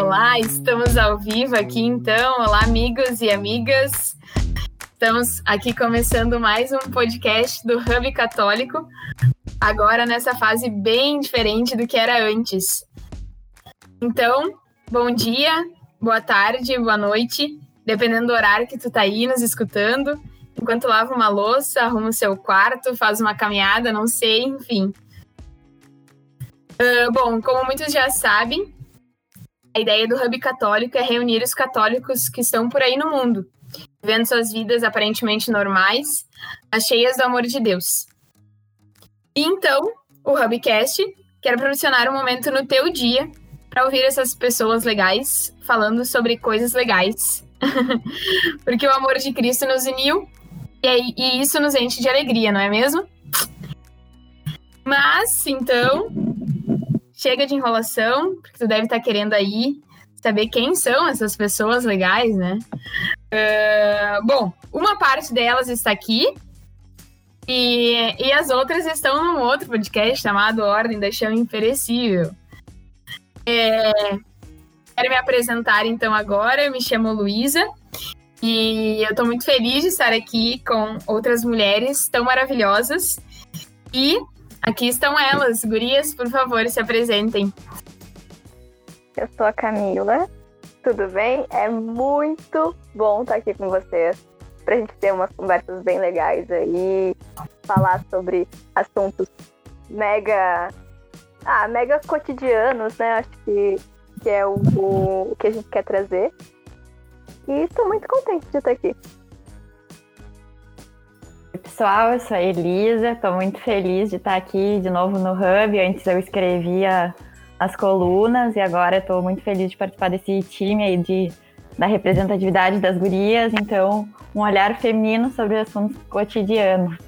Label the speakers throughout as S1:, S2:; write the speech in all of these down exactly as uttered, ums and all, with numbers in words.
S1: Olá, estamos ao vivo aqui então. Olá, amigos e amigas. Estamos aqui começando mais um podcast do Hub Católico, agora nessa fase bem diferente do que era antes. Então, bom dia, boa tarde, boa noite, dependendo do horário que tu tá aí nos escutando, enquanto lava uma louça, arruma o seu quarto, faz uma caminhada, não sei, enfim. Uh, bom, como muitos já sabem, a ideia do Hub Católico é reunir os católicos que estão por aí no mundo, vivendo suas vidas aparentemente normais, mas cheias do amor de Deus. E então, o Hubcast quer proporcionar um momento no teu dia para ouvir essas pessoas legais falando sobre coisas legais. Porque o amor de Cristo nos uniu e, e isso nos enche de alegria, não é mesmo? Mas, então, chega de enrolação, porque tu deve estar querendo aí saber quem são essas pessoas legais, né? Uh, bom, uma parte delas está aqui e, e as outras estão num outro podcast chamado Ordem da Chama Imperecível. É, quero me apresentar então agora, eu me chamo Luísa e eu estou muito feliz de estar aqui com outras mulheres tão maravilhosas e aqui estão elas. Gurias, por favor, se apresentem.
S2: Eu sou a Camila, tudo bem? É muito bom estar aqui com vocês, pra gente ter umas conversas bem legais aí, falar sobre assuntos mega, ah, mega cotidianos, né? Acho que, que é o, o, o que a gente quer trazer. E estou muito contente de estar aqui.
S3: Oi, pessoal, eu sou a Elisa, estou muito feliz de estar aqui de novo no Hub. Antes eu escrevia as colunas e agora estou muito feliz de participar desse time aí de, da representatividade das gurias, então um olhar feminino sobre assuntos cotidianos.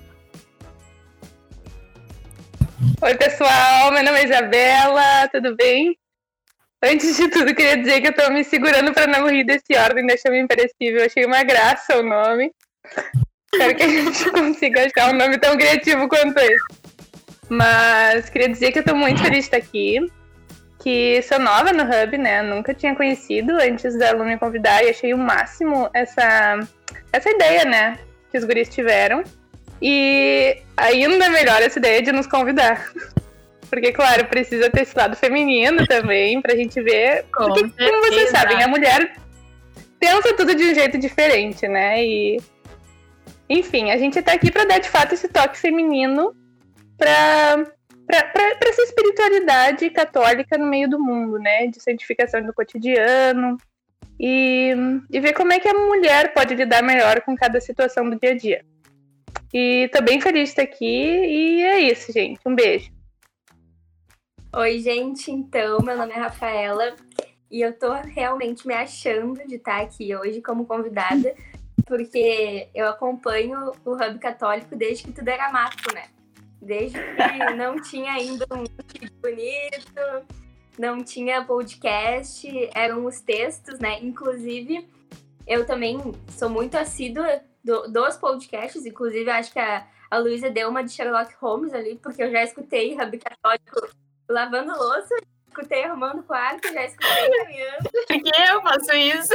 S4: Oi pessoal, meu nome é Isabela, tudo bem? Antes de tudo, queria dizer que eu estou me segurando para não rir desse Ordem da Chama Imperecível, eu achei uma graça o nome. Espero que a gente consiga achar um nome tão criativo quanto esse. Mas queria dizer que eu estou muito feliz de estar aqui, que sou nova no Hub, né? Nunca tinha conhecido antes da Lu me convidar e achei o máximo essa, essa ideia, né? Que os guris tiveram. E ainda melhor essa ideia de nos convidar. Porque, claro, precisa ter esse lado feminino também, pra gente ver.
S1: Com
S4: Porque, como vocês sabem, a mulher pensa tudo de um jeito diferente, né? E enfim, a gente tá aqui pra dar de fato esse toque feminino pra, pra, pra, pra essa espiritualidade católica no meio do mundo, né? De santificação do cotidiano e, e ver como é que a mulher pode lidar melhor com cada situação do dia a dia. E tô bem feliz de estar aqui e é isso, gente. Um beijo.
S5: Oi, gente. Então, meu nome é Rafaela e eu tô realmente me achando de estar aqui hoje como convidada, porque eu acompanho o Hub Católico desde que tudo era mato, né? Desde que não tinha ainda um vídeo bonito, não tinha podcast, eram os textos, né? Inclusive, eu também sou muito assídua do, dos podcasts, inclusive acho que a, a Luísa deu uma de Sherlock Holmes ali, porque eu já escutei Hub Católico lavando louça, escutei arrumando quarto, já escutei caminhando.
S1: Por que eu faço isso?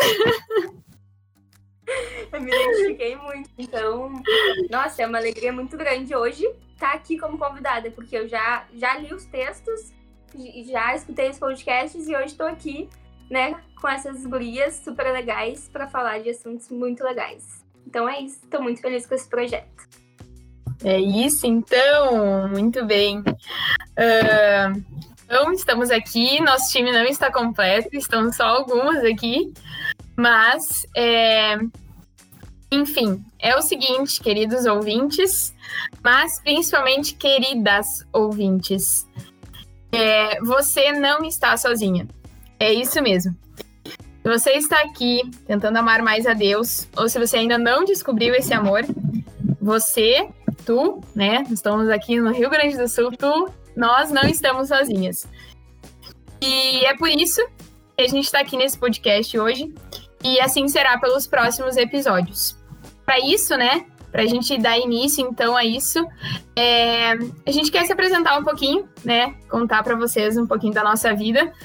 S5: Eu me identifiquei muito, então, nossa, é uma alegria muito grande hoje estar aqui como convidada, porque eu já, já li os textos, já escutei os podcasts e hoje estou aqui, né, com essas gurias super legais para falar de assuntos muito legais. Então é isso, estou muito feliz com esse projeto.
S1: É isso, então, muito bem. Uh, então, estamos aqui, nosso time não está completo, estão só algumas aqui. Mas, é... enfim, é o seguinte, queridos ouvintes, mas principalmente queridas ouvintes, é... você não está sozinha, é isso mesmo. Se você está aqui tentando amar mais a Deus, ou se você ainda não descobriu esse amor, você, tu, né, estamos aqui no Rio Grande do Sul, tu, nós não estamos sozinhas. E é por isso que a gente está aqui nesse podcast hoje, e assim será pelos próximos episódios. Para isso, né, para a gente dar início, então, a isso, é, a gente quer se apresentar um pouquinho, né, contar para vocês um pouquinho da nossa vida.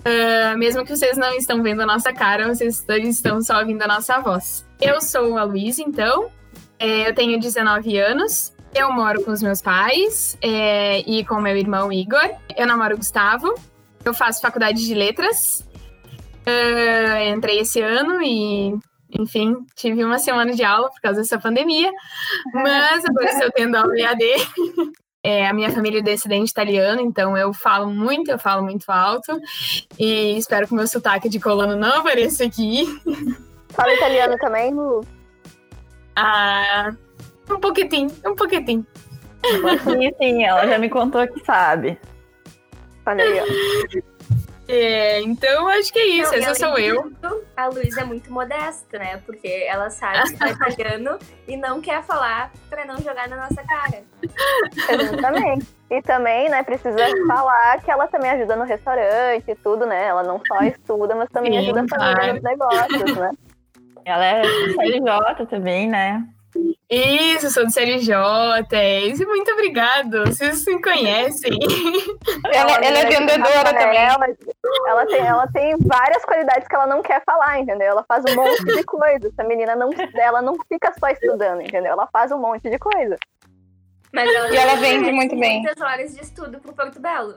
S1: Uh, mesmo que vocês não estão vendo a nossa cara, vocês estão só ouvindo a nossa voz. Eu sou a Luísa, então. É, eu tenho dezenove anos. Eu moro com os meus pais é, e com meu irmão Igor. Eu namoro o Gustavo. Eu faço faculdade de letras. Uh, entrei esse ano e, enfim, tive uma semana de aula por causa dessa pandemia. Mas agora estou tendo aula E A D. É, a minha família é descendente italiano, então eu falo muito, eu falo muito alto. E espero que o meu sotaque de colono não apareça aqui.
S2: Fala italiano também, Lu?
S1: Ah, um pouquinho, um pouquinho.
S3: Sim, sim, ela já me contou que sabe.
S2: Olha aí, ó.
S1: É, então acho que é isso,
S5: Não,
S1: essa sou eu.
S5: Tudo, a Luísa é muito modesta, né? Porque ela sabe estudar italiano e não quer falar pra não jogar na nossa cara.
S2: Exatamente. E também, né, precisa falar que ela também ajuda no restaurante e tudo, né? Ela não só estuda, mas também
S1: Sim,
S2: ajuda a família
S1: claro.
S2: nos negócios, né?
S3: Ela é C L J também, né?
S1: Isso, sou do C L J, é isso, muito obrigado, vocês me conhecem.
S4: Ela, ela é vendedora também.
S2: Ela, ela, tem, ela tem várias qualidades que ela não quer falar, entendeu? Ela faz um monte de coisa. Essa menina não, ela não fica só estudando, entendeu? Ela faz um monte de coisa.
S5: Mas ela,
S4: E ela vende muito bem.
S5: muitas horas de estudo pro Porto Belo.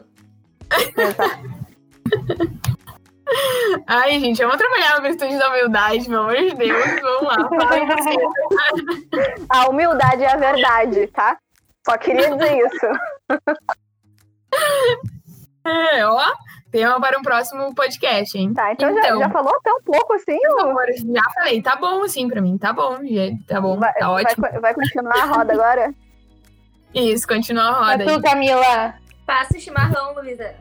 S1: Ai, gente, vamos trabalhar na virtude da humildade, pelo amor de Deus, vamos lá, fala aí você.
S2: A humildade é a verdade, tá? Só queria dizer isso.
S1: É, ó, tema para um próximo podcast, hein?
S2: Tá, então,
S1: Então.
S2: Já, já falou tão pouco assim?
S1: Por
S2: Ou
S1: favor, já falei, tá bom assim pra mim, tá bom, já- tá bom,
S2: vai,
S1: tá
S2: vai,
S1: ótimo.
S2: vai continuar a roda agora?
S1: Isso, continua a
S4: Mas
S1: roda
S4: tu,
S1: aí.
S4: Camila,
S5: Passa o chimarrão, Luísa.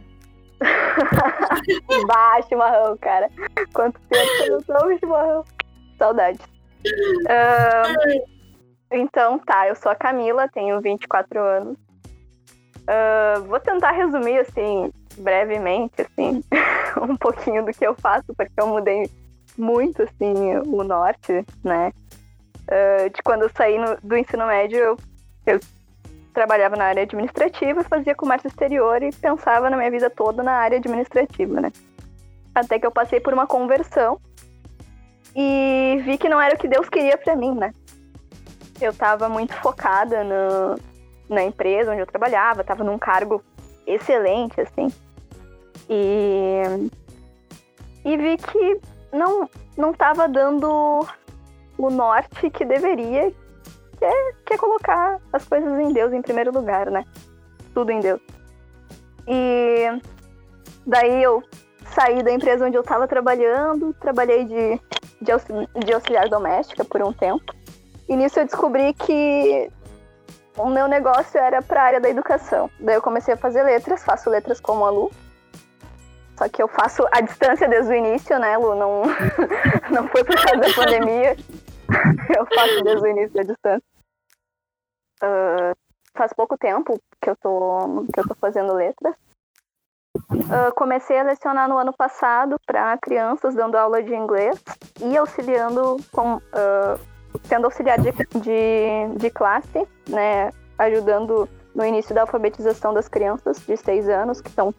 S2: Bah, chimarrão, cara. Quanto tempo que eu não tomo chimarrão. Saudade. Ahn, então, tá, eu sou a Camila, tenho vinte e quatro anos. Ahn, vou tentar resumir, assim, brevemente, assim, um pouquinho do que eu faço, porque eu mudei muito, assim, o norte, né? Ahn, de quando eu saí no- do ensino médio, eu, eu trabalhava na área administrativa, fazia comércio exterior e pensava na minha vida toda na área administrativa, né? Até que eu passei por uma conversão e vi que não era o que Deus queria pra mim, né? Eu tava muito focada no, na empresa onde eu trabalhava, tava num cargo excelente, assim. E, e vi que não, não tava dando o norte que deveria, que é, que é colocar as coisas em Deus em primeiro lugar, né? Tudo em Deus. E daí eu saí da empresa onde eu estava trabalhando, trabalhei de, de, auxili- de auxiliar doméstica por um tempo. E nisso eu descobri que o meu negócio era para a área da educação. Daí eu comecei a fazer letras, faço letras como a Lu. Só que eu faço à distância desde o início, né, Lu? Não, não foi por causa da pandemia. Eu faço desde o início à distância. Uh, faz pouco tempo que eu tô, que eu tô fazendo letras. Uh, comecei a lecionar no ano passado para crianças, dando aula de inglês e auxiliando, com, uh, sendo auxiliar de, de, de classe, né, ajudando no início da alfabetização das crianças de seis anos, que estão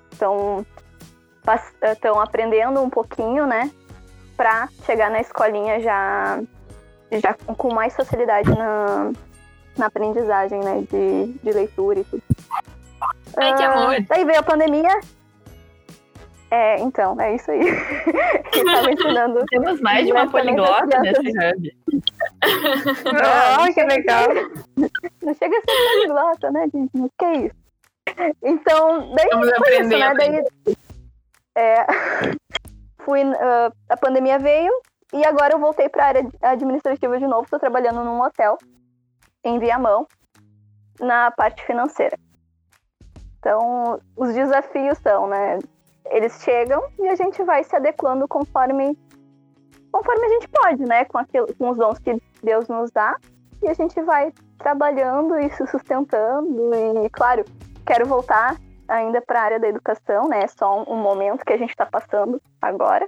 S2: estão aprendendo um pouquinho, né, para chegar na escolinha já, já com mais facilidade na, na aprendizagem, né, de, de leitura e tudo.
S1: Ai, que amor.
S2: Uh, daí veio a pandemia. É, então, é isso aí. Que tava ensinando.
S3: Temos mais de uma poliglota nesse hub.
S4: oh, que legal.
S2: Não chega a ser poliglota, né, gente? Mas que é isso? Então, daí
S1: Vamos
S2: foi
S1: aprender,
S2: isso, né? Daí, é, fui, uh, a pandemia veio e agora eu voltei para a área administrativa de novo. Estou trabalhando num hotel em Viamão, na parte financeira. Então, os desafios são, né? Eles chegam e a gente vai se adequando conforme, conforme a gente pode, né? Com, aquilo, com os dons que Deus nos dá. E a gente vai trabalhando e se sustentando. E, claro, quero voltar ainda para a área da educação, né? É só um, um momento que a gente está passando agora.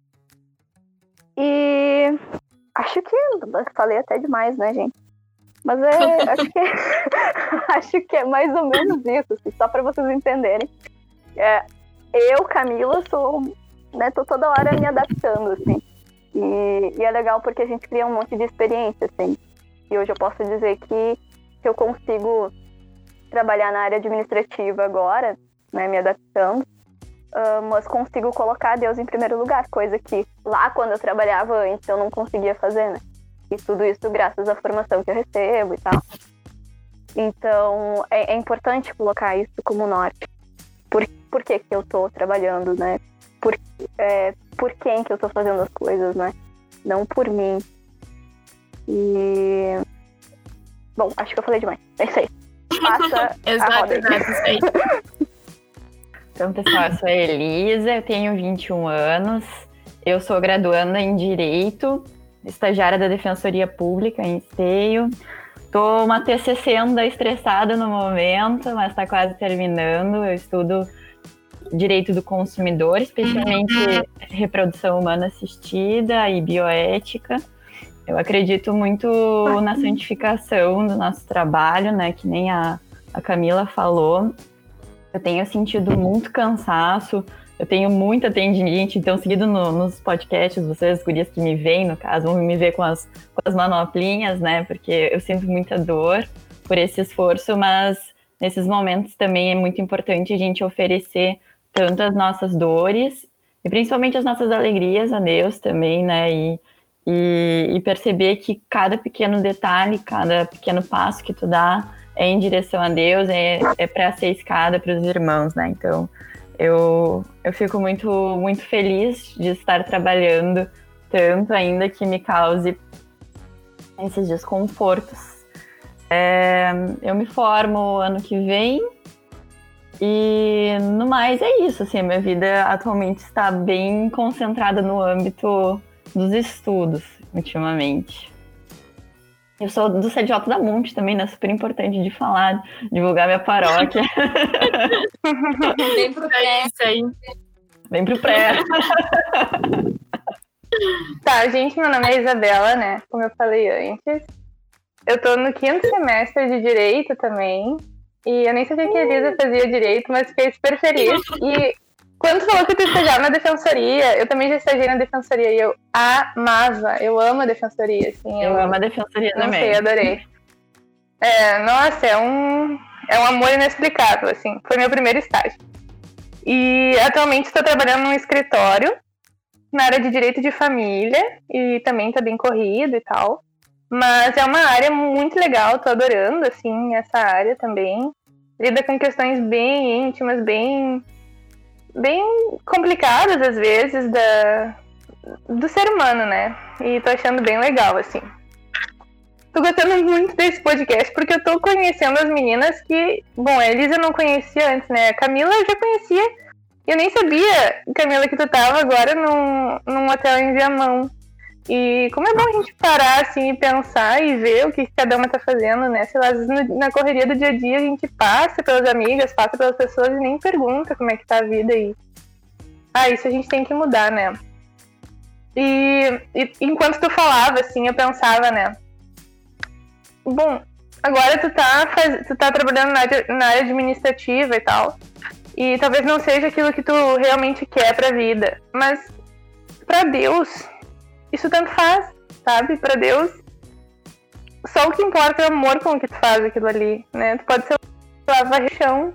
S2: E acho que falei até demais, né, gente? Mas é, acho, que, acho que é mais ou menos isso, assim, só para vocês entenderem. É, eu, Camila, sou, né, tô toda hora me adaptando, assim. E, e é legal porque a gente cria um monte de experiência, assim. E hoje eu posso dizer que, que eu consigo trabalhar na área administrativa agora, né, me adaptando, uh, mas consigo colocar Deus em primeiro lugar, coisa que lá quando eu trabalhava antes eu não conseguia fazer, né? E tudo isso graças à formação que eu recebo e tal. Então, é, é importante colocar isso como norte. Por, por que que eu tô trabalhando, né? Por, é, por quem que eu tô fazendo as coisas, né? Não por mim. E... Bom, acho que eu falei demais. É isso aí. Passa
S1: exato,
S2: a roda aí.
S1: exato, isso aí.
S3: Então, pessoal, eu sou a Elisa, eu tenho vinte e um anos, eu sou graduanda em Direito, estagiária da Defensoria Pública em Esteio. Tô uma T C C ainda estressada no momento, mas está quase terminando. Eu estudo Direito do Consumidor, especialmente reprodução humana assistida e bioética. Eu acredito muito na santificação do nosso trabalho, né? Que nem a, a Camila falou. Eu tenho sentido muito cansaço, eu tenho muita tendinite, então seguido no, nos podcasts, vocês, gurias que me veem, no caso, vão me ver com as, com as manoplinhas, né? Porque eu sinto muita dor por esse esforço, mas nesses momentos também é muito importante a gente oferecer tanto as nossas dores e principalmente as nossas alegrias a Deus também, né? E, e, e perceber que cada pequeno detalhe, cada pequeno passo que tu dá é em direção a Deus, é, é para ser escada para os irmãos, né? Então, eu, eu fico muito, muito feliz de estar trabalhando tanto, ainda que me cause esses desconfortos. É, eu me formo ano que vem e, no mais, é isso. Assim, a minha vida atualmente está bem concentrada no âmbito dos estudos, ultimamente. Eu sou do C D J da Monte também, né? Super importante de falar, divulgar minha paróquia.
S5: Vem pro pré.
S1: É isso aí.
S3: Vem pro pré.
S4: Tá, gente, meu nome é Isabela, né? Como eu falei antes. Eu tô no quinto semestre de Direito também. E eu nem sabia que a Elisa fazia Direito, mas fiquei super feliz. E quando tu falou que tu estagiava na Defensoria, eu também já estagiei na Defensoria e eu amava, eu amo a Defensoria, assim.
S3: Eu, eu amo a Defensoria
S4: não
S3: também.
S4: sei, adorei. É, nossa, é um, é um amor inexplicável, assim. Foi meu primeiro estágio. E atualmente estou trabalhando num escritório na área de Direito de Família e também tá bem corrido e tal. Mas é uma área muito legal, tô adorando, assim, essa área também. Lida com questões bem íntimas, bem... bem complicadas, às vezes, da, do ser humano, né? E tô achando bem legal, assim. Tô gostando muito desse podcast, porque eu tô conhecendo as meninas que... Bom, a Elisa eu não conhecia antes, né? A Camila eu já conhecia. E eu nem sabia, Camila, que tu tava agora num, num hotel em Viamão. E como é bom a gente parar, assim, e pensar e ver o que cada uma tá fazendo, né? Sei lá, às vezes na correria do dia a dia a gente passa pelas amigas, passa pelas pessoas e nem pergunta como é que tá a vida aí. Ah, isso a gente tem que mudar, né? E, e enquanto tu falava, assim, eu pensava, né? Bom, agora tu tá, faz, tu tá trabalhando na área, na área administrativa e tal. E talvez não seja aquilo que tu realmente quer pra vida. Mas pra Deus... isso tanto faz, sabe? Pra Deus, só o que importa é o amor com o que tu faz aquilo ali, né? Tu pode ser o varrechão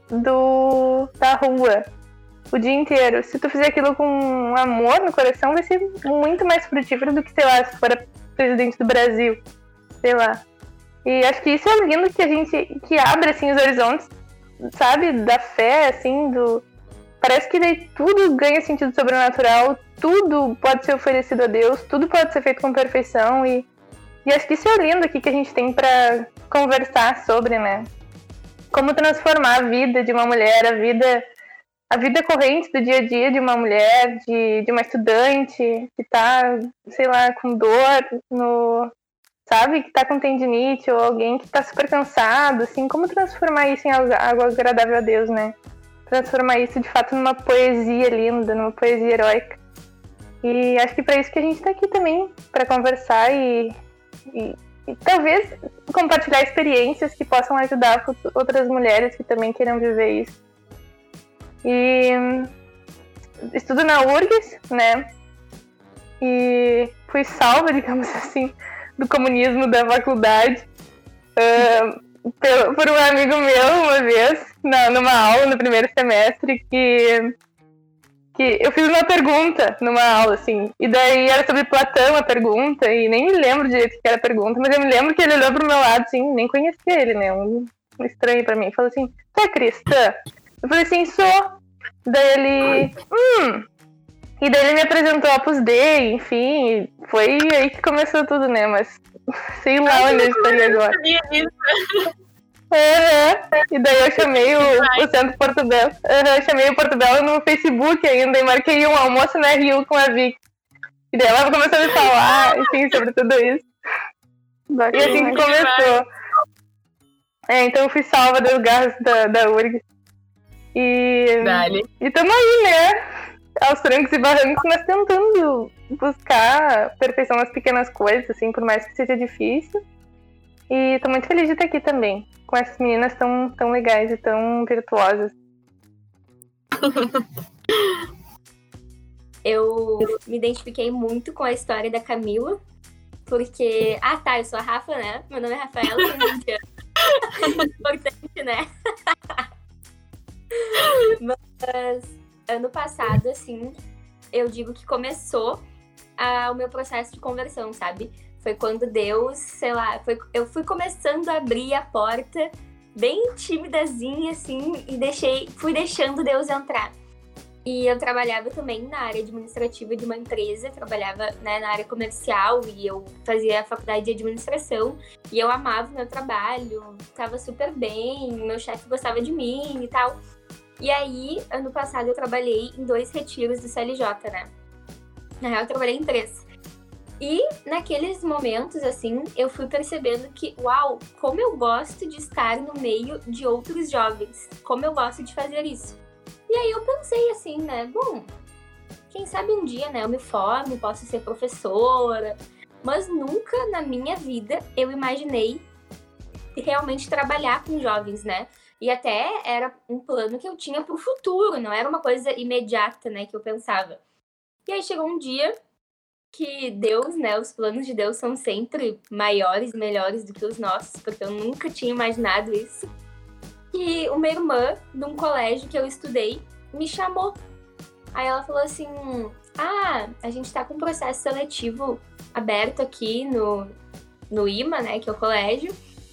S4: do da rua o dia inteiro. Se tu fizer aquilo com amor no coração, vai ser muito mais frutífero do que, sei lá, se for a presidente do Brasil, sei lá. E acho que isso é lindo, que a gente, que abre, assim, os horizontes, sabe? Da fé, assim, do... Parece que daí tudo ganha sentido sobrenatural, tudo pode ser oferecido a Deus, tudo pode ser feito com perfeição e, e acho que isso é lindo aqui que a gente tem pra conversar sobre, né? Como transformar a vida de uma mulher, a vida, a vida corrente do dia a dia de uma mulher, de, de uma estudante que tá, sei lá, com dor, no, sabe? Que tá com tendinite ou alguém que tá super cansado, assim, como transformar isso em algo, algo agradável a Deus, né? Transformar isso de fato numa poesia linda, numa poesia heróica. E acho que para isso que a gente está aqui também, para conversar e, e, e talvez compartilhar experiências que possam ajudar outras mulheres que também queiram viver isso. E estudo na U R G S, né? E fui salva, digamos assim, do comunismo da faculdade uh, por, por um amigo meu, uma vez, na, numa aula, no primeiro semestre, que, que eu fiz uma pergunta numa aula, assim, e daí era sobre Platão a pergunta, e nem me lembro direito o que era a pergunta, mas eu me lembro que ele olhou pro meu lado, assim, nem conhecia ele, né, um, um estranho pra mim, falou assim, tu é cristã? Eu falei assim, sou. Daí ele, hum... E daí ele me apresentou a Opus Dei, enfim, foi aí que começou tudo, né? Mas sei lá onde eu estaria agora. Uhum. E daí eu chamei o, o Centro Porto Belo. Uhum, chamei o Porto Belo no Facebook ainda e marquei um almoço na Rio com a Vic. E daí ela começou a me falar, enfim, sobre tudo isso. E assim que começou. É, então eu fui salva das garras da, da U R G S. E,
S1: Dale.
S4: e tamo aí, né? Aos trancos e barrancos, mas tentando buscar perfeição nas pequenas coisas, assim, por mais que seja difícil. E tô muito feliz de estar aqui também, com essas meninas tão, tão legais e tão virtuosas.
S5: Eu me identifiquei muito com a história da Camila, porque... Ah, tá, eu sou a Rafa, né? Meu nome é Rafaela, tenho vinte anos. Importante, né? Mas... ano passado, assim, eu digo que começou a, o meu processo de conversão, sabe? Foi quando Deus, sei lá, foi, eu fui começando a abrir a porta bem timidazinha, assim, e deixei, fui deixando Deus entrar. E eu trabalhava também na área administrativa de uma empresa, trabalhava, né, na área comercial e eu fazia a faculdade de administração e eu amava o meu trabalho, tava super bem, meu chefe gostava de mim e tal. E aí, ano passado, eu trabalhei em dois retiros do C L J, né? Na real, eu trabalhei em três. E naqueles momentos, assim, eu fui percebendo que, uau, como eu gosto de estar no meio de outros jovens. Como eu gosto de fazer isso. E aí eu pensei assim, né? Bom, quem sabe um dia, né, eu me formo, posso ser professora. Mas nunca na minha vida eu imaginei realmente trabalhar com jovens, né? E até era um plano que eu tinha pro futuro, não era uma coisa imediata, né, que eu pensava. E aí chegou um dia que Deus, né, os planos de Deus são sempre maiores e melhores do que os nossos, porque eu nunca tinha imaginado isso. E uma irmã de um colégio que eu estudei me chamou. Aí ela falou assim, ah, a gente tá com um processo seletivo aberto aqui no, no I M A, né, que é o colégio.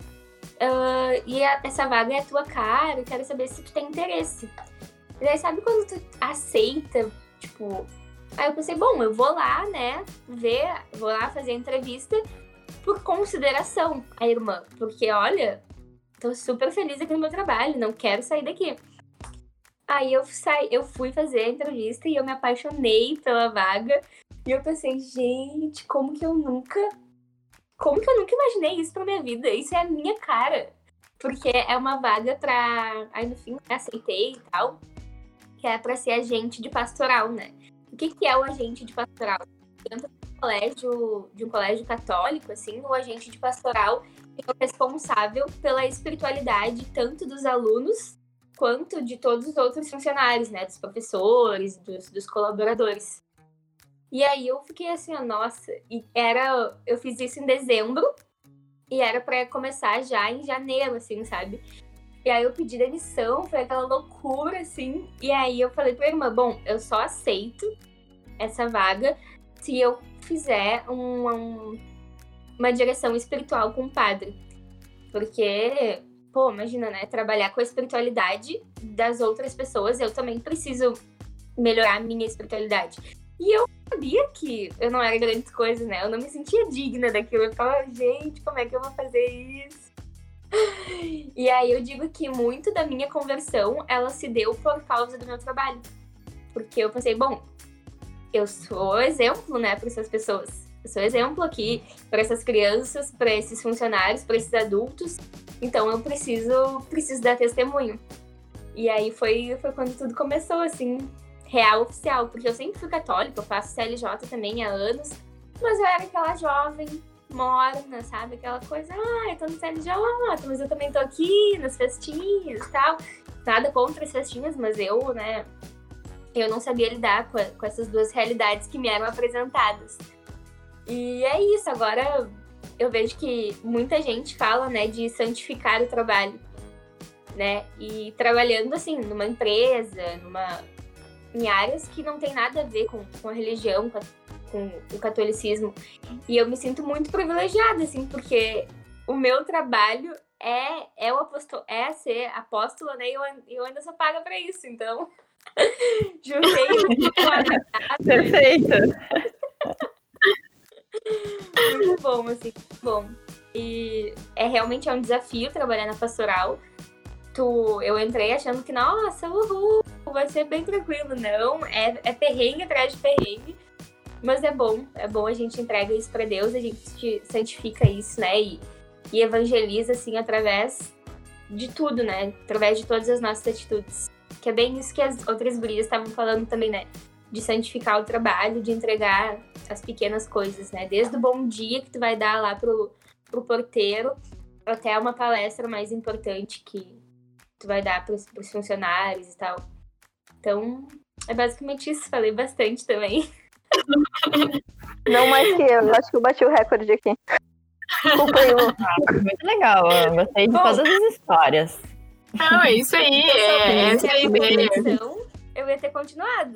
S5: Uh, e a, essa vaga é a tua cara, eu quero saber se tu tem interesse. E aí, sabe quando tu aceita, tipo... Aí eu pensei, bom, eu vou lá, né, ver, vou lá fazer a entrevista por consideração a irmã. Porque, olha, tô super feliz aqui no meu trabalho, não quero sair daqui. Aí eu, saí, eu fui fazer a entrevista e eu me apaixonei pela vaga. E eu pensei, gente, como que eu nunca... Como que eu nunca imaginei isso pra minha vida? Isso é a minha cara. Porque é uma vaga pra... Aí, no fim, aceitei e tal. Que é pra ser agente de pastoral, né? O que que é o agente de pastoral? Dentro de um colégio, de um colégio católico, assim, o agente de pastoral é o responsável pela espiritualidade tanto dos alunos quanto de todos os outros funcionários, né? Dos professores, dos, dos colaboradores. E aí eu fiquei assim, ó, nossa, e era, eu fiz isso em dezembro e era pra começar já em janeiro, assim, sabe? E aí eu pedi demissão, foi aquela loucura, assim, e aí eu falei pra irmã, bom, eu só aceito essa vaga se eu fizer um, um, uma direção espiritual com o padre. Porque, pô, imagina, né, trabalhar com a espiritualidade das outras pessoas, eu também preciso melhorar a minha espiritualidade. E eu sabia que eu não era grande coisa, né? Eu não me sentia digna daquilo. Eu falava, gente, como é que eu vou fazer isso? E aí eu digo que muito da minha conversão, ela se deu por causa do meu trabalho. Porque eu pensei, bom, eu sou exemplo, né, para essas pessoas. Eu sou exemplo aqui para essas crianças, para esses funcionários, para esses adultos. Então eu preciso, preciso dar testemunho. E aí foi, foi quando tudo começou, assim... real, oficial, porque eu sempre fui católica, eu faço C L J também há anos, mas eu era aquela jovem morna, sabe? Aquela coisa, ah, eu tô no C L J, mas eu também tô aqui nas festinhas e tal. nada contra as festinhas, mas eu, né, eu não sabia lidar com, a, com essas duas realidades que me eram apresentadas. E é isso, agora eu vejo que muita gente fala, né, de santificar o trabalho, né, e trabalhando, assim, numa empresa, numa, em áreas que não tem nada a ver com, com a religião, com, a, com o catolicismo. E eu me sinto muito privilegiada, assim, porque o meu trabalho é, é, o apostol, é ser apóstola, né, e eu, eu ainda sou paga pra isso, então juntei o agradável.
S3: Perfeito!
S5: Muito bom, assim, muito bom. E é realmente é um desafio trabalhar na pastoral. Tu, eu entrei achando que, nossa, uhul, vai ser bem tranquilo. Não, é, é perrengue atrás de perrengue. Mas é bom, é bom, a gente entrega isso pra Deus, a gente santifica isso, né? E, e evangeliza, assim, através de tudo, né? Através de todas as nossas atitudes. Que é bem isso que as outras gurias estavam falando também, né? De santificar o trabalho, de entregar as pequenas coisas, né? Desde o bom dia que tu vai dar lá pro, pro porteiro, até uma palestra mais importante que tu vai dar pros, pros funcionários e tal. Então, é basicamente isso. Falei bastante também.
S2: Não mais que eu. Eu acho que eu bati o recorde aqui. Desculpa aí, Lu.
S3: Ah, muito legal. Eu gostei de
S5: Bom,
S3: todas as histórias.
S1: Não, é isso aí. É, essa é a ideia.
S5: Então, eu ia ter continuado.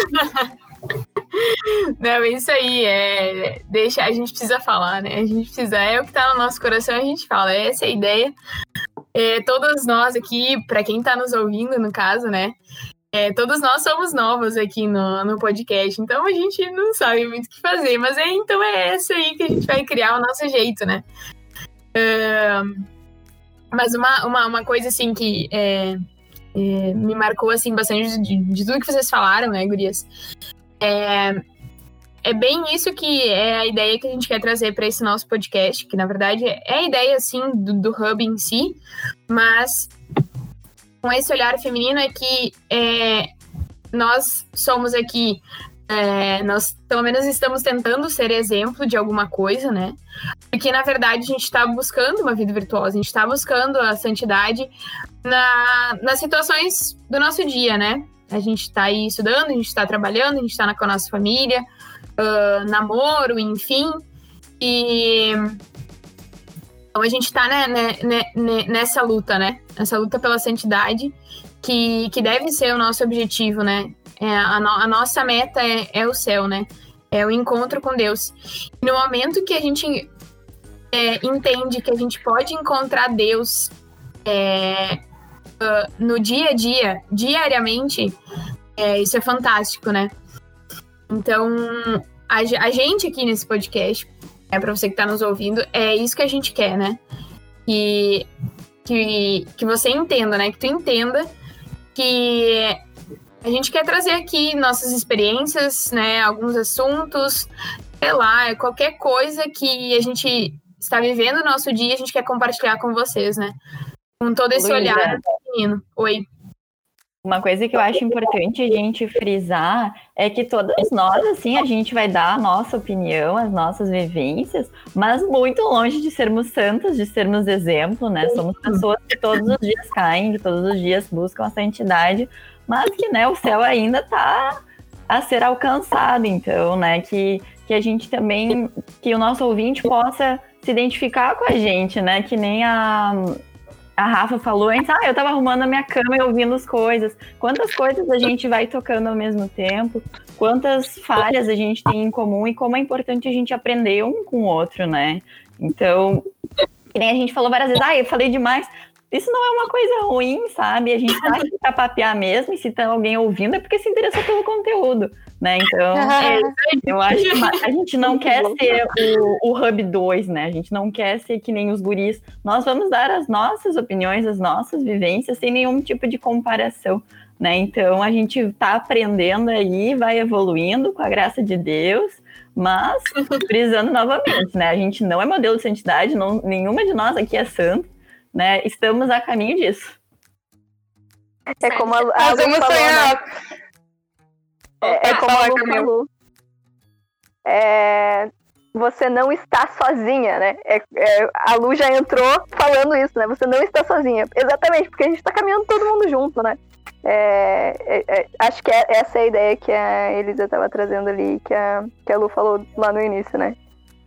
S1: Não, é isso aí. É, deixa, a gente precisa falar, né? A gente precisa. É o que tá no nosso coração, a gente fala. Essa é a ideia. É, todos nós aqui, para quem tá nos ouvindo, no caso, né? É, todos nós somos novos aqui no, no podcast, então a gente não sabe muito o que fazer, mas é, então é essa aí que a gente vai criar o nosso jeito, né? Uh, mas uma, uma, uma coisa, assim, que é, é, me marcou, assim, bastante de, de tudo que vocês falaram, né, gurias? É, é bem isso que é a ideia que a gente quer trazer para esse nosso podcast, que, na verdade, é a ideia, assim, do, do Hub em si, mas com esse olhar feminino é que é, nós somos aqui, é, nós pelo menos estamos tentando ser exemplo de alguma coisa, né? Porque, na verdade, a gente está buscando uma vida virtuosa, a gente está buscando a santidade na, nas situações do nosso dia, né? A gente está aí estudando, a gente está trabalhando, a gente está com a nossa família, uh, namoro, enfim, e... Então, a gente está né, né, né, nessa luta, né? Essa luta pela santidade, que, que deve ser o nosso objetivo, né? É, a, no, a nossa meta é, é o céu, né? É o encontro com Deus. E no momento que a gente é, entende que a gente pode encontrar Deus é, uh, no dia a dia, diariamente, é, isso é fantástico, né? Então, a, a gente aqui nesse podcast... É para você que está nos ouvindo, é isso que a gente quer, né? Que, que, que você entenda, né? Que tu entenda que a gente quer trazer aqui nossas experiências, né? Alguns assuntos, sei lá, qualquer coisa que a gente está vivendo no nosso dia, a gente quer compartilhar com vocês, né? Com todo esse
S3: Luísa,
S1: olhar feminino. Oi.
S3: Uma coisa que eu acho importante a gente frisar é que todas nós, assim, a gente vai dar a nossa opinião, as nossas vivências, mas muito longe de sermos santas, de sermos exemplo, né? Somos pessoas que todos os dias caem, que todos os dias buscam a santidade, mas que, né, o céu ainda está a ser alcançado, então, né, que, que a gente também, que o nosso ouvinte possa se identificar com a gente, né, que nem a... A Rafa falou antes, ah, eu tava arrumando a minha cama e ouvindo as coisas. Quantas coisas a gente vai tocando ao mesmo tempo? Quantas falhas a gente tem em comum e como é importante a gente aprender um com o outro, né? Então, que nem a gente falou várias vezes, ah, eu falei demais. Isso não é uma coisa ruim, sabe? A gente tá aqui pra papear mesmo, e se tem alguém ouvindo é porque se interessou pelo conteúdo, né? Então, é, eu acho que a gente não quer ser o, o Hub dois, né? A gente não quer ser que nem os guris. Nós vamos dar as nossas opiniões, as nossas vivências, sem nenhum tipo de comparação, né? Então, a gente tá aprendendo aí, vai evoluindo com a graça de Deus, mas, frisando novamente, né? A gente não é modelo de santidade, não, nenhuma de nós aqui é santa, né? Estamos a caminho disso.
S2: É como a, a
S4: Nós
S2: Lu
S4: vamos
S2: falou,
S4: sonhar.
S2: né? É, é como a Lu falou. É, você não está sozinha, né? É, é, a Lu já entrou falando isso, né? Você não está sozinha. Exatamente, porque a gente tá caminhando todo mundo junto, né? É, é, é, acho que é, essa é a ideia que a Elisa estava trazendo ali, que a, que a Lu falou lá no início, né?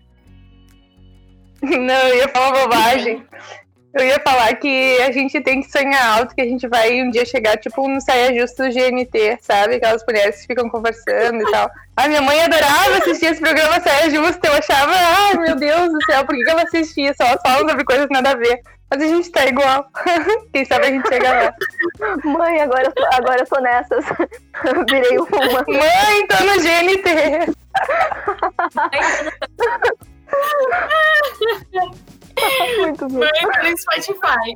S4: Não, eu ia falar bobagem. Eu ia falar que a gente tem que sonhar alto, que a gente vai um dia chegar, tipo, no Saia Justo do G N T, sabe? Aquelas mulheres que ficam conversando e tal. A minha mãe adorava assistir esse programa Saia Justa. Eu achava, ai, meu Deus do céu, por que ela assistia? Só elas falam sobre coisas nada a ver. Mas a gente tá igual. Quem sabe a gente chega lá.
S2: Mãe, agora eu tô, agora eu tô nessas. Virei uma.
S4: Mãe, tô no G N T.
S2: Muito bom.
S1: Mãe, pelo Spotify.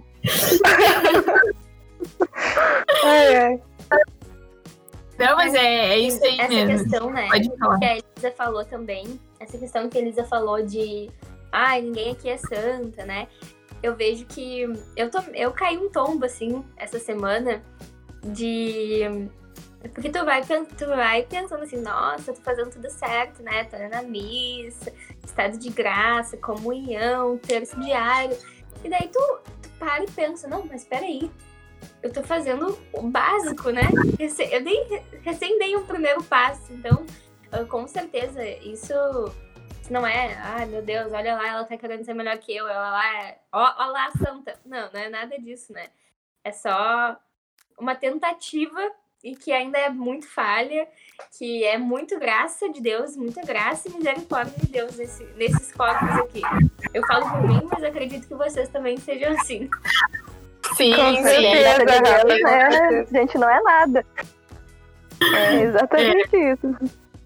S4: Ai, ai.
S1: Não, mas é, é isso aí
S5: essa
S1: mesmo.
S5: questão, né?
S1: Pode falar.
S5: Que a Elisa falou também. Essa questão que a Elisa falou de ai, ninguém aqui é santa, né? Eu vejo que eu, tô, eu caí um tombo, assim, essa semana de... Porque tu vai, tu vai pensando assim, nossa, eu tô fazendo tudo certo, né? Tô indo na missa, estado de graça, comunhão, terço diário. E daí tu, tu para e pensa, não, mas peraí, eu tô fazendo o básico, né? Eu dei, recém dei um primeiro passo, então, com certeza, isso não é, ai meu Deus, olha lá, ela tá querendo ser melhor que eu, ela lá é, ó, ó lá, santa. Não, não é nada disso, né? É só uma tentativa e que ainda é muito falha, que é muito graça de Deus, muita graça e misericórdia de Deus nesse, nesses corpos aqui. Eu falo por mim, mas acredito que vocês também sejam assim.
S1: Sim,
S4: Com
S1: sim.
S4: certeza,
S2: Graças a Deus,
S4: Rafa,
S2: né? A gente não é nada. É exatamente é. isso.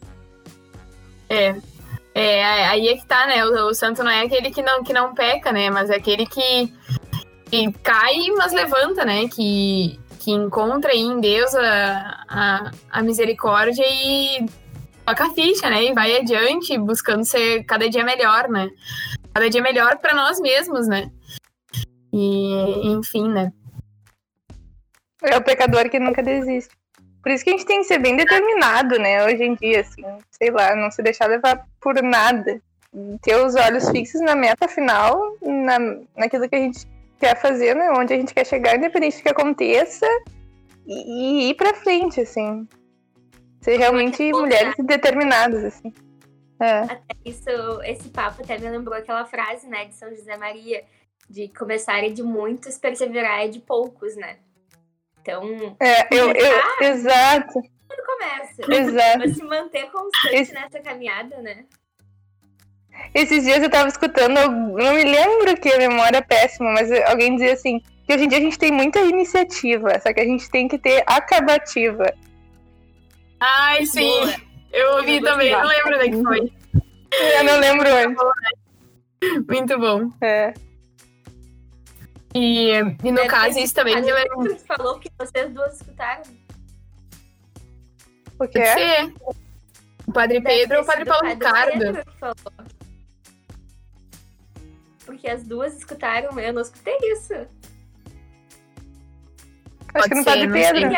S1: É. É, aí é que tá, né? O, o santo não é aquele que não, que não peca, né? Mas é aquele que, que cai, mas levanta, né? Que, que encontra aí em Deus a, a, a misericórdia e toca a ficha, né? E vai adiante buscando ser cada dia melhor, né? Cada dia melhor pra nós mesmos, né? E, enfim, né?
S4: É o pecador que nunca desiste. Por isso que a gente tem que ser bem determinado, né? Hoje em dia, assim, sei lá, não se deixar levar por nada. Ter os olhos fixos na meta final, na, naquilo que a gente quer fazer, né? Onde a gente quer chegar, independente do que aconteça, e, e ir pra frente, assim. Ser realmente mulheres determinadas, assim. É.
S5: Até isso, esse papo até me lembrou aquela frase, né, de São José Maria, de começar é de muitos, perseverar é de poucos, né? Então,
S4: é, eu, eu, exato.
S5: Quando começa,
S4: exato.
S5: Mas se manter constante
S4: Esse...
S5: nessa caminhada, né?
S4: Esses dias eu tava escutando, eu não me lembro que a memória é péssima, mas alguém dizia assim, que hoje em dia a gente tem muita iniciativa, só que a gente tem que ter acabativa.
S1: Ai, sim. Boa. Eu ouvi eu também, não lembro onde que foi.
S4: Eu não lembro onde.
S1: Muito bom.
S4: É.
S1: E, e no é, caso, isso também me lembra.
S5: Você falou que vocês duas escutaram?
S4: O que é?
S1: O Padre Pedro ou o Padre Paulo Ricardo?
S5: Porque as duas escutaram, eu não escutei isso.
S4: Acho
S1: Pode
S4: que no
S1: ser,
S4: Padre Pedro.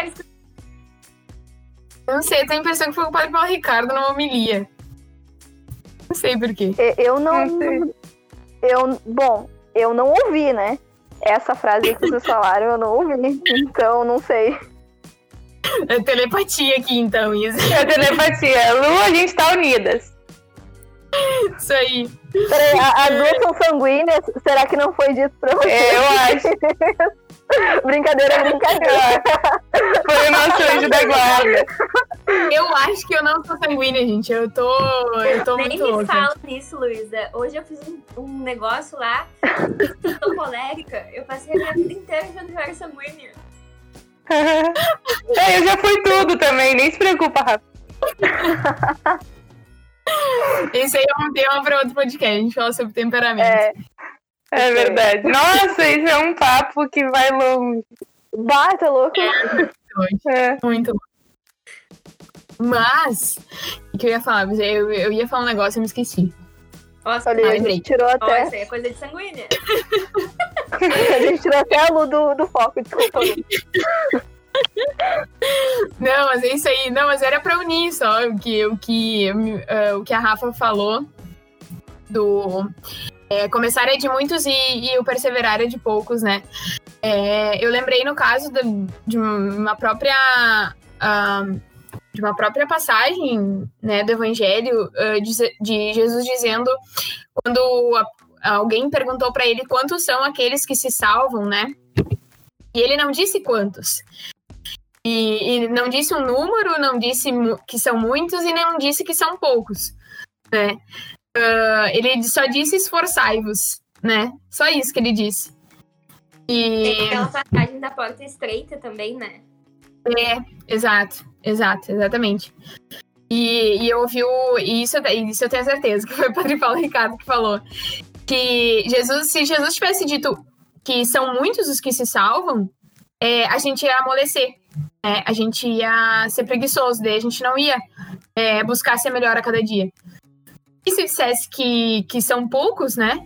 S1: Eu não sei, eu tenho a impressão que foi o Padre Paulo Ricardo numa homilia. Não sei por quê.
S2: Eu não... não eu, bom, eu não ouvi, né? Essa frase que vocês falaram, eu não ouvi. Então, não sei.
S1: É telepatia aqui, então, isso.
S4: É telepatia. Lu, a gente tá unidas.
S1: Isso aí.
S2: Peraí, as duas são sanguíneas? Será que não foi dito pra vocês?
S4: É, eu acho.
S2: Brincadeira, brincadeira.
S4: Foi o nosso anjo da guarda.
S1: Eu acho que eu não sou sanguínea, gente. Eu tô, eu tô
S5: Nem
S1: muito
S5: me
S1: louca.
S5: fala nisso, Luísa. Hoje eu fiz um, um negócio lá, eu tô colérica. Eu passei a minha vida inteira achando que eu era sanguínea.
S4: É, eu já fui tudo também, nem se preocupa, Rafa.
S1: Esse aí é um tema para outro podcast, a gente fala sobre temperamento.
S2: É,
S4: é verdade. Nossa, isso é um papo que vai longe.
S2: Bata, louco.
S1: É, é. Muito louco. Mas, o que eu ia falar? Eu, eu ia falar um negócio e eu me esqueci.
S5: Nossa,
S2: olha, a gente tirou até...
S5: Nossa, é coisa de sanguínea.
S2: A gente tirou até a Lu do, do foco, desculpa.
S1: Não, mas é isso aí. Não, mas era pra unir só o que, o que, uh, o que a Rafa falou do é, começar é de muitos e, e o perseverar é de poucos, né? É, eu lembrei no caso de, de uma própria uh, de uma própria passagem, né, do Evangelho, uh, de, de Jesus dizendo, quando a, alguém perguntou para ele quantos são aqueles que se salvam, né? E ele não disse quantos. E, e não disse um número, não disse que são muitos e não disse que são poucos, né? Uh, ele só disse esforçai-vos, né? Só isso que ele disse. E...
S5: Tem aquela passagem da porta estreita também, né?
S1: É, exato, exato, exatamente. E, e eu ouvi o... E isso, isso eu tenho certeza, que foi o Padre Paulo Ricardo que falou. Que Jesus, se Jesus tivesse dito que são muitos os que se salvam, é, a gente ia amolecer. É, a gente ia ser preguiçoso, daí a gente não ia é, buscar ser melhor a cada dia. E se dissesse que, que são poucos, né?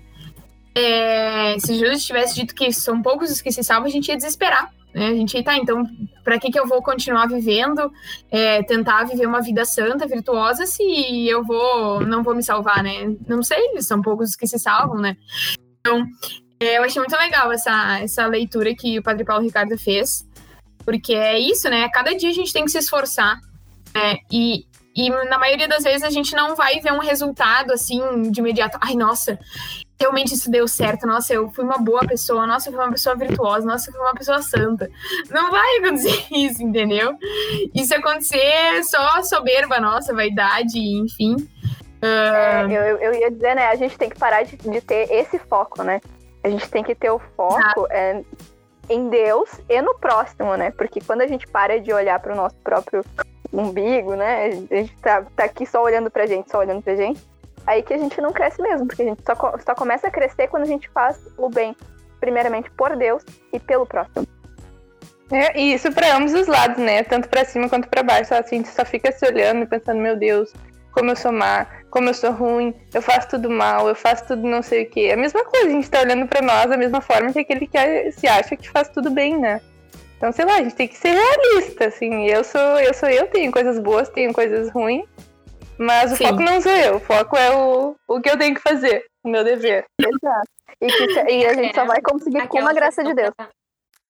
S1: É, se Jesus tivesse dito que são poucos os que se salvam, a gente ia desesperar. Né? A gente ia, tá, então, para que, que eu vou continuar vivendo, é, tentar viver uma vida santa, virtuosa, se eu vou, não vou me salvar, né? Não sei, são poucos os que se salvam, né? Então, é, eu achei muito legal essa, essa leitura que o Padre Paulo Ricardo fez, porque é isso, né? Cada dia a gente tem que se esforçar, né? E, e na maioria das vezes a gente não vai ver um resultado, assim, de imediato. Ai, nossa, realmente isso deu certo. Nossa, eu fui uma boa pessoa. Nossa, eu fui uma pessoa virtuosa. Nossa, eu fui uma pessoa santa. Não vai acontecer isso, entendeu? Isso acontecer só soberba nossa, vaidade, enfim.
S2: Uh... É, eu, eu ia dizer, né? A gente tem que parar de, de ter esse foco, né? A gente tem que ter o foco é, em Deus e no próximo, né? Porque quando a gente para de olhar para o nosso próprio umbigo, né? A gente tá, tá aqui só olhando pra gente, só olhando pra gente. Aí que a gente não cresce mesmo, porque a gente só, só começa a crescer quando a gente faz o bem, primeiramente por Deus e pelo próximo.
S4: É, e isso pra ambos os lados, né? Tanto pra cima quanto pra baixo. Assim, a gente só fica se olhando e pensando, meu Deus, como eu sou má, como eu sou ruim, eu faço tudo mal, eu faço tudo não sei o quê. É a mesma coisa, a gente tá olhando pra nós da mesma forma que aquele que se acha que faz tudo bem, né? Então, sei lá, a gente tem que ser realista, assim. Eu sou eu, sou eu tenho coisas boas, tenho coisas ruins, mas o Sim. foco não sou eu, o foco é o, o que eu tenho que fazer, o meu dever.
S2: Exato. E, que, e a gente é, só vai conseguir aquela com a graça de Deus.
S5: Da...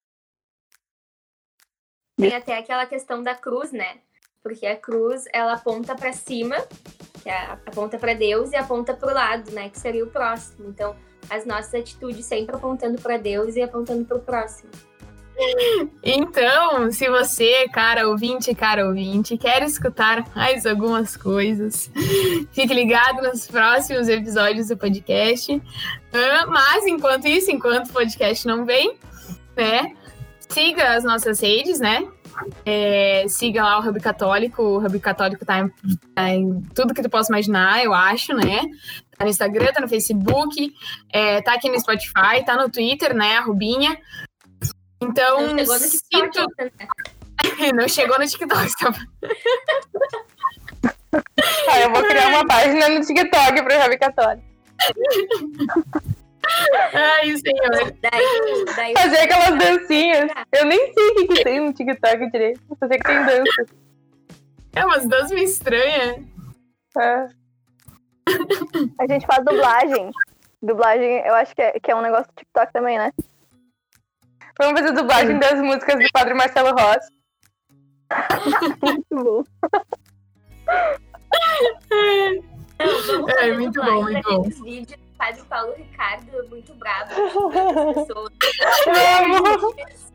S5: Tem até aquela questão da cruz, né? Porque a cruz, ela aponta pra cima, que é, aponta pra Deus, e aponta pro lado, né? Que seria o próximo. Então, as nossas atitudes sempre apontando pra Deus e apontando pro próximo.
S1: Então, se você, cara ouvinte, cara ouvinte, quer escutar mais algumas coisas, fique ligado nos próximos episódios do podcast. Uh, mas, enquanto isso, enquanto o podcast não vem, né, siga as nossas redes, né? É, siga lá o Hub Católico. O Hub Católico tá em, tá em tudo que tu possa imaginar, eu acho, né? Tá no Instagram, tá no Facebook, é, tá aqui no Spotify, tá no Twitter, né? A Rubinha. Então,
S5: não chegou no TikTok,
S1: sinto... não chegou no TikTok.
S4: Ah, eu vou criar uma página no TikTok pro Hub Católico.
S1: Ai, senhor.
S5: Daí, daí
S4: fazer aquelas dancinhas. Eu nem sei o que, que tem no TikTok direito. Eu sei que tem dança.
S1: É umas danças meio estranhas.
S4: É.
S2: A gente faz dublagem. Dublagem, eu acho que é, que é um negócio do TikTok também, né?
S4: Vamos fazer dublagem das músicas do Padre Marcelo Rossi.
S2: Muito bom.
S5: Não, vamos
S1: é, muito bom, muito bom.
S5: Vídeos do Padre Paulo Ricardo, muito bravo. As pessoas.
S4: Vamos!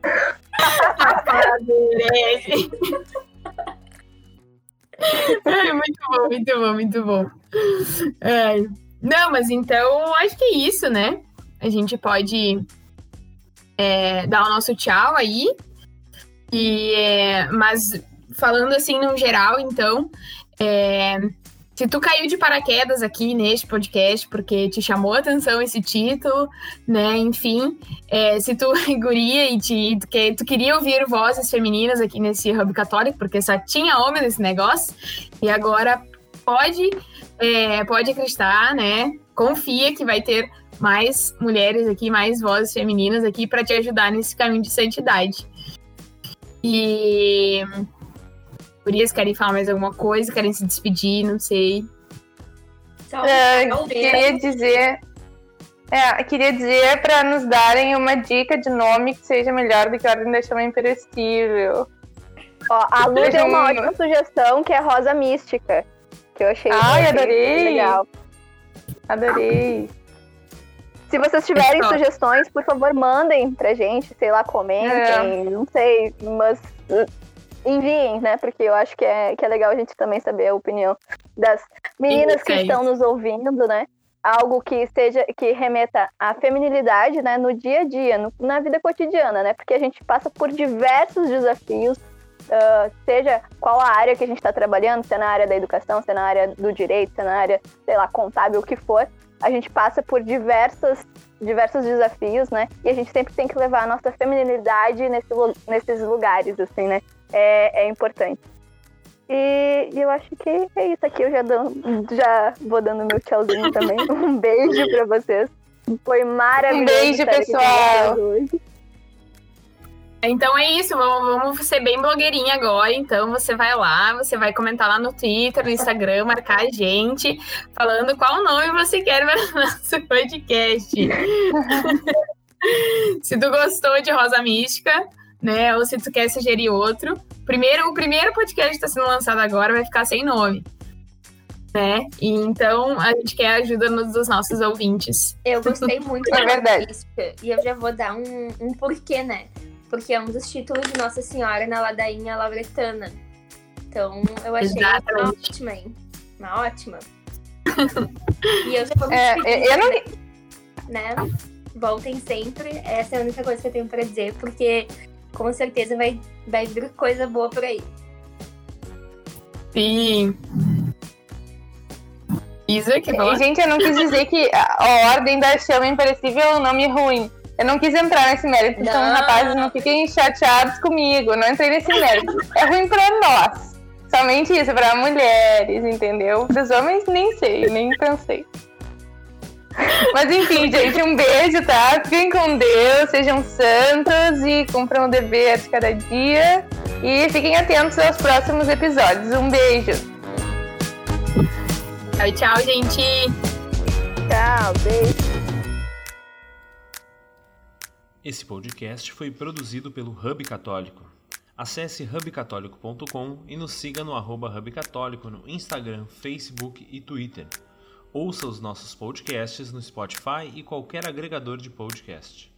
S1: É, muito bom, muito bom, muito bom. É. Não, mas então, acho que é isso, né? A gente pode... É, dar o nosso tchau aí, e, é, mas falando assim no geral, então, é, se tu caiu de paraquedas aqui neste podcast porque te chamou a atenção esse título, né, enfim, é, se tu é guria e te, tu, que, tu queria ouvir vozes femininas aqui nesse Hub Católico, porque só tinha homem nesse negócio, e agora pode, é, pode acreditar, né, confia que vai ter mais mulheres aqui, mais vozes femininas aqui para te ajudar nesse caminho de santidade. E... Gurias, querem falar mais alguma coisa? Querem se despedir? Não sei.
S5: Salve,
S4: É,
S5: salve.
S4: queria dizer. É, queria dizer para nos darem uma dica de nome que seja melhor do que a Ordem da Chama Imperecível.
S2: Ó, a Lu deu uma
S4: Hum.
S2: ótima sugestão, que é Rosa Mística. Que eu achei,
S4: Ai,
S2: eu achei
S4: adorei.
S2: legal.
S4: Adorei.
S2: Se vocês tiverem
S1: Pessoal.
S2: sugestões, por favor, mandem pra gente, sei lá, comentem, não sei, mas uh, enviem, né? Porque eu acho que é, que é legal a gente também saber a opinião das meninas que
S1: Isso, é
S2: estão nos ouvindo, né? Algo que seja, que remeta à feminilidade, né? No dia a dia, no- na vida cotidiana, né? Porque a gente passa por diversos desafios, uh, seja qual a área que a gente está trabalhando, se é na área da educação, se é na área do direito, se é na área, sei lá, contábil, o que for. A gente passa por diversos, diversos desafios, né? E a gente sempre tem que levar a nossa feminilidade nesse, lu- nesses lugares, assim, né? É, é importante. E, e eu acho que é isso aqui. Eu já, dou, já vou dando meu tchauzinho também. Um beijo pra vocês. Foi maravilhoso.
S4: Um beijo,
S2: estar aqui com
S4: pessoal.
S2: vocês hoje.
S1: Então é isso, vamos, vamos ser bem blogueirinha agora. Então você vai lá, você vai comentar lá no Twitter, no Instagram, marcar a gente, falando qual nome você quer para o nosso podcast. Se tu gostou de Rosa Mística, né? Ou se tu quer sugerir outro. Primeiro, o primeiro podcast que está sendo lançado agora vai ficar sem nome. Né? E então a gente quer a ajuda nos- dos nossos ouvintes.
S5: Eu gostei muito
S4: É
S5: da
S4: verdade.
S5: Mística, e eu já vou dar um, um porquê, né? Porque é um dos títulos de Nossa Senhora na ladainha lauretana. Então, eu achei uma
S1: Exatamente.
S5: ótima, hein? Uma ótima. E eu já vou me
S4: É,
S5: despedir,
S4: eu não.
S5: né? Voltem sempre. Essa é a única coisa que eu tenho pra dizer, porque com certeza vai, vai vir coisa boa por aí.
S1: Sim. Isa, quer falar?
S4: Gente, eu não quis dizer que a Ordem da Chama Imperecível é um nome ruim. Eu não quis entrar nesse mérito. Então,
S5: Não.
S4: rapazes, não fiquem chateados comigo. Eu não entrei nesse mérito. É ruim pra nós. Somente isso, pra mulheres, entendeu? Pros homens, nem sei, nem pensei. Mas enfim, gente, um beijo, tá? Fiquem com Deus, sejam santos e cumpram o dever de cada dia. E fiquem atentos aos próximos episódios. Um beijo.
S1: Tchau, tchau, gente.
S2: Tchau, beijo.
S6: Esse podcast foi produzido pelo Hub Católico. Acesse hub católico ponto com e nos siga no arroba Hub Católico no Instagram, Facebook e Twitter. Ouça os nossos podcasts no Spotify e qualquer agregador de podcast.